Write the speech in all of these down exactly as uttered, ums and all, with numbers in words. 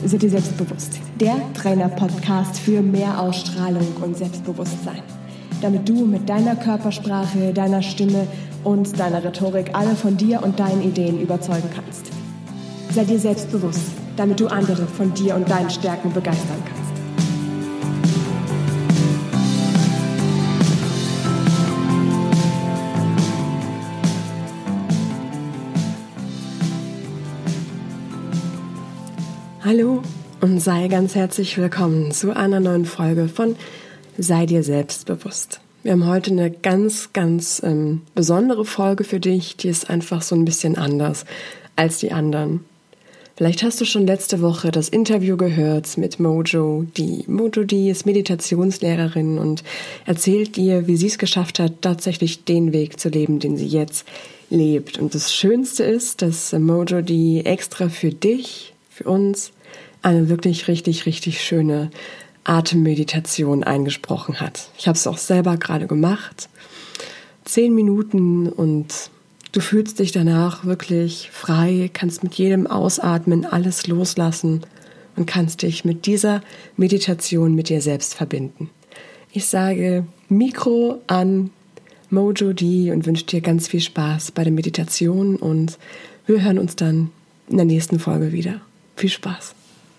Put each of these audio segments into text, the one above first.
Sei dir selbstbewusst. Der Trainer-Podcast für mehr Ausstrahlung und Selbstbewusstsein. Damit du mit deiner Körpersprache, deiner Stimme und deiner Rhetorik alle von dir und deinen Ideen überzeugen kannst. Sei dir selbstbewusst, damit du andere von dir und deinen Stärken begeistern kannst. Hallo und sei ganz herzlich willkommen zu einer neuen Folge von Sei dir selbstbewusst. Wir haben heute eine ganz, ganz ähm, besondere Folge für dich, die ist einfach so ein bisschen anders als die anderen. Vielleicht hast du schon letzte Woche das Interview gehört mit Mojo. Die Mojo, die ist Meditationslehrerin und erzählt dir, wie sie es geschafft hat, tatsächlich den Weg zu leben, den sie jetzt lebt. Und das Schönste ist, dass Mojo die extra für dich, für uns, eine wirklich richtig, richtig schöne Atemmeditation eingesprochen hat. Ich habe es auch selber gerade gemacht. Zehn Minuten und du fühlst dich danach wirklich frei, kannst mit jedem Ausatmen alles loslassen und kannst dich mit dieser Meditation mit dir selbst verbinden. Ich sage Mikro an Mojo D und wünsche dir ganz viel Spaß bei der Meditation und wir hören uns dann in der nächsten Folge wieder. Viel Spaß!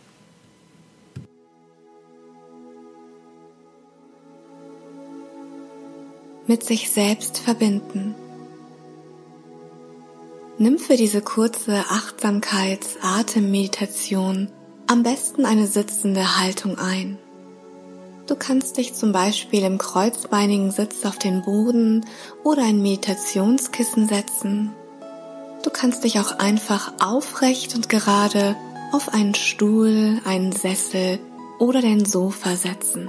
Mit sich selbst verbinden. Nimm für diese kurze Achtsamkeits-Atemmeditation am besten eine sitzende Haltung ein. Du kannst dich zum Beispiel im kreuzbeinigen Sitz auf den Boden oder ein Meditationskissen setzen. Du kannst dich auch einfach aufrecht und gerade auf einen Stuhl, einen Sessel oder dein Sofa setzen.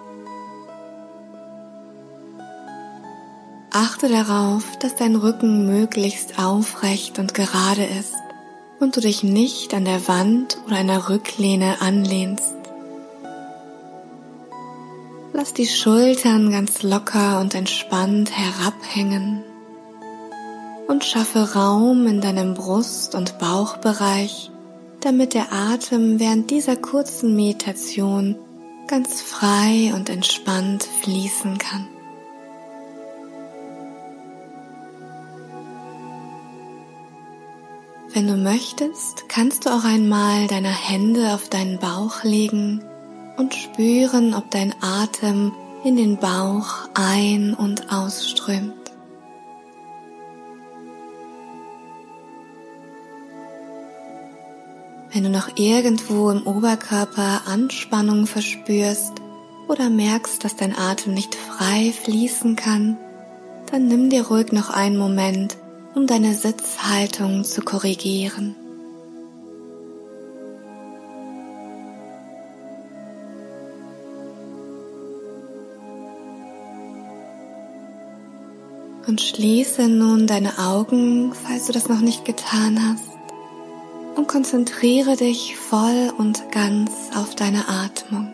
Achte darauf, dass dein Rücken möglichst aufrecht und gerade ist und du dich nicht an der Wand oder einer Rücklehne anlehnst. Lass die Schultern ganz locker und entspannt herabhängen und schaffe Raum in deinem Brust- und Bauchbereich, damit der Atem während dieser kurzen Meditation ganz frei und entspannt fließen kann. Wenn du möchtest, kannst du auch einmal deine Hände auf deinen Bauch legen und spüren, ob dein Atem in den Bauch ein- und ausströmt. Wenn du noch irgendwo im Oberkörper Anspannung verspürst oder merkst, dass dein Atem nicht frei fließen kann, dann nimm dir ruhig noch einen Moment, um deine Sitzhaltung zu korrigieren. Und schließe nun deine Augen, falls du das noch nicht getan hast, und konzentriere dich voll und ganz auf deine Atmung.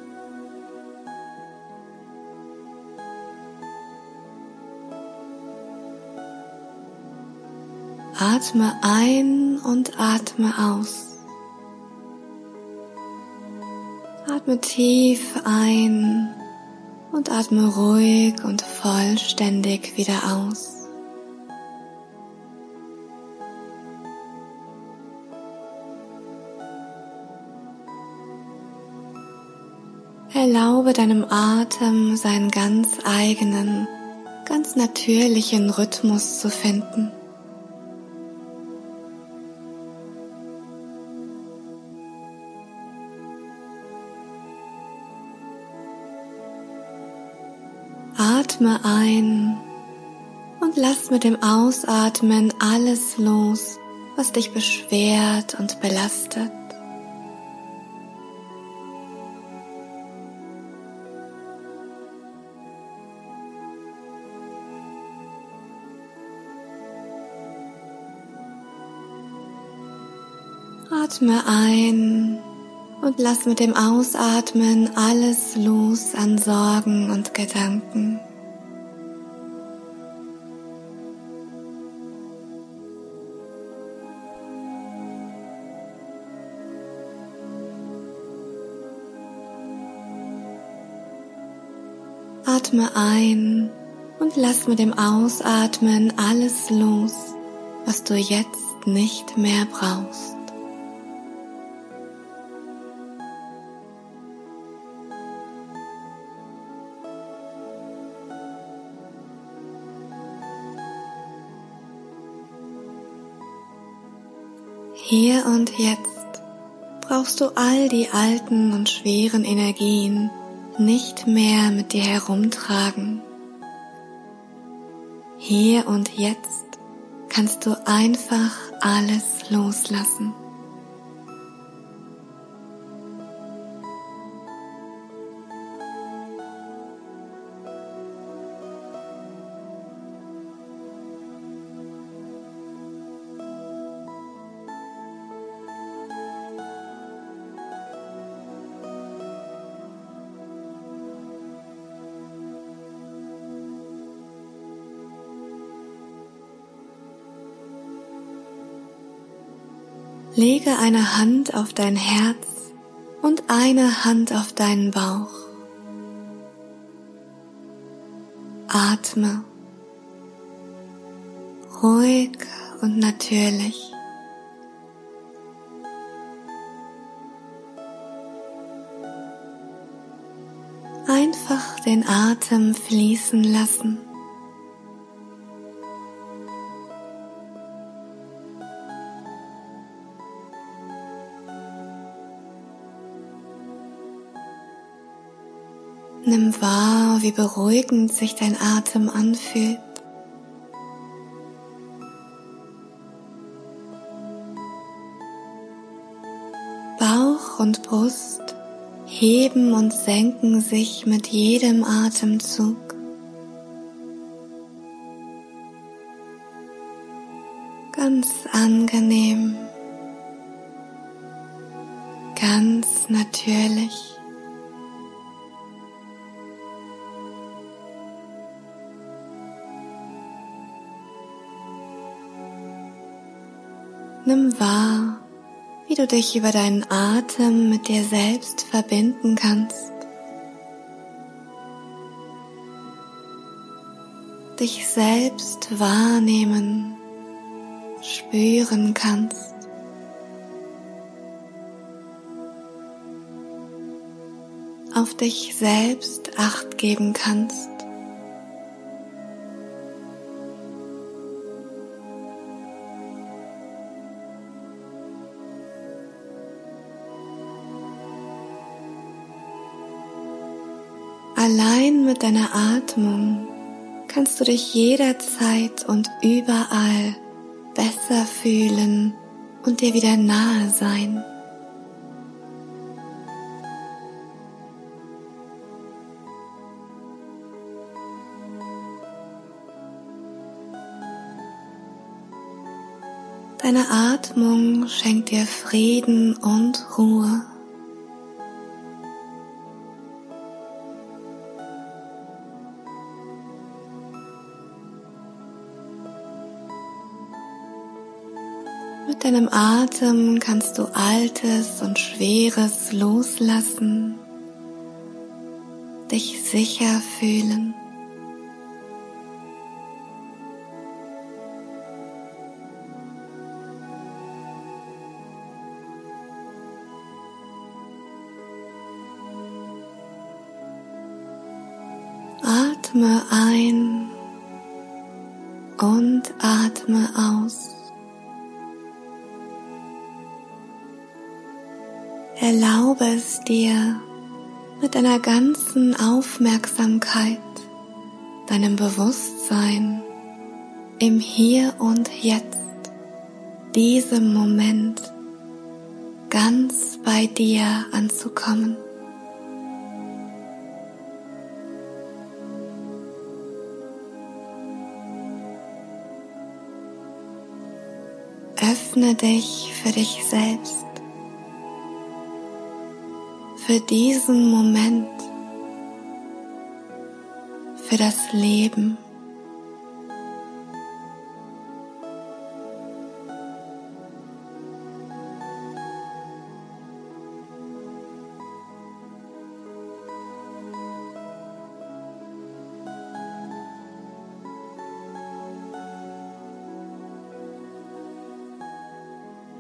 Atme ein und atme aus. Atme tief ein und atme ruhig und vollständig wieder aus. Erlaube deinem Atem seinen ganz eigenen, ganz natürlichen Rhythmus zu finden. Atme ein und lass mit dem Ausatmen alles los, was dich beschwert und belastet. Atme ein und lass mit dem Ausatmen alles los an Sorgen und Gedanken. Atme ein und lass mit dem Ausatmen alles los, was du jetzt nicht mehr brauchst. Hier und jetzt brauchst du all die alten und schweren Energien nicht mehr mit dir herumtragen. Hier und jetzt kannst du einfach alles loslassen. Lege eine Hand auf dein Herz und eine Hand auf deinen Bauch. Atme ruhig und natürlich. Einfach den Atem fließen lassen. Nimm wahr, wie beruhigend sich dein Atem anfühlt. Bauch und Brust heben und senken sich mit jedem Atemzug. Ganz angenehm, ganz natürlich. Nimm wahr, wie du dich über deinen Atem mit dir selbst verbinden kannst. Dich selbst wahrnehmen, spüren kannst. Auf dich selbst Acht geben kannst. Allein mit deiner Atmung kannst du dich jederzeit und überall besser fühlen und dir wieder nahe sein. Deine Atmung schenkt dir Frieden und Ruhe. Mit deinem Atem kannst du Altes und Schweres loslassen, dich sicher fühlen. Atme ein und atme aus. Erlaube es dir, mit deiner ganzen Aufmerksamkeit, deinem Bewusstsein im Hier und Jetzt, diesem Moment, ganz bei dir anzukommen. Öffne dich für dich selbst, für diesen Moment, für das Leben.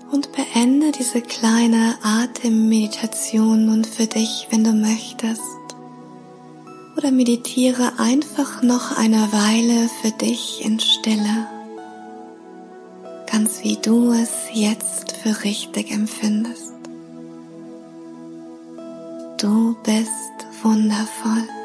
Und beende diese kleine Atemmeditation nun für dich, wenn du möchtest. Oder meditiere einfach noch eine Weile für dich in Stille, ganz wie du es jetzt für richtig empfindest. Du bist wundervoll.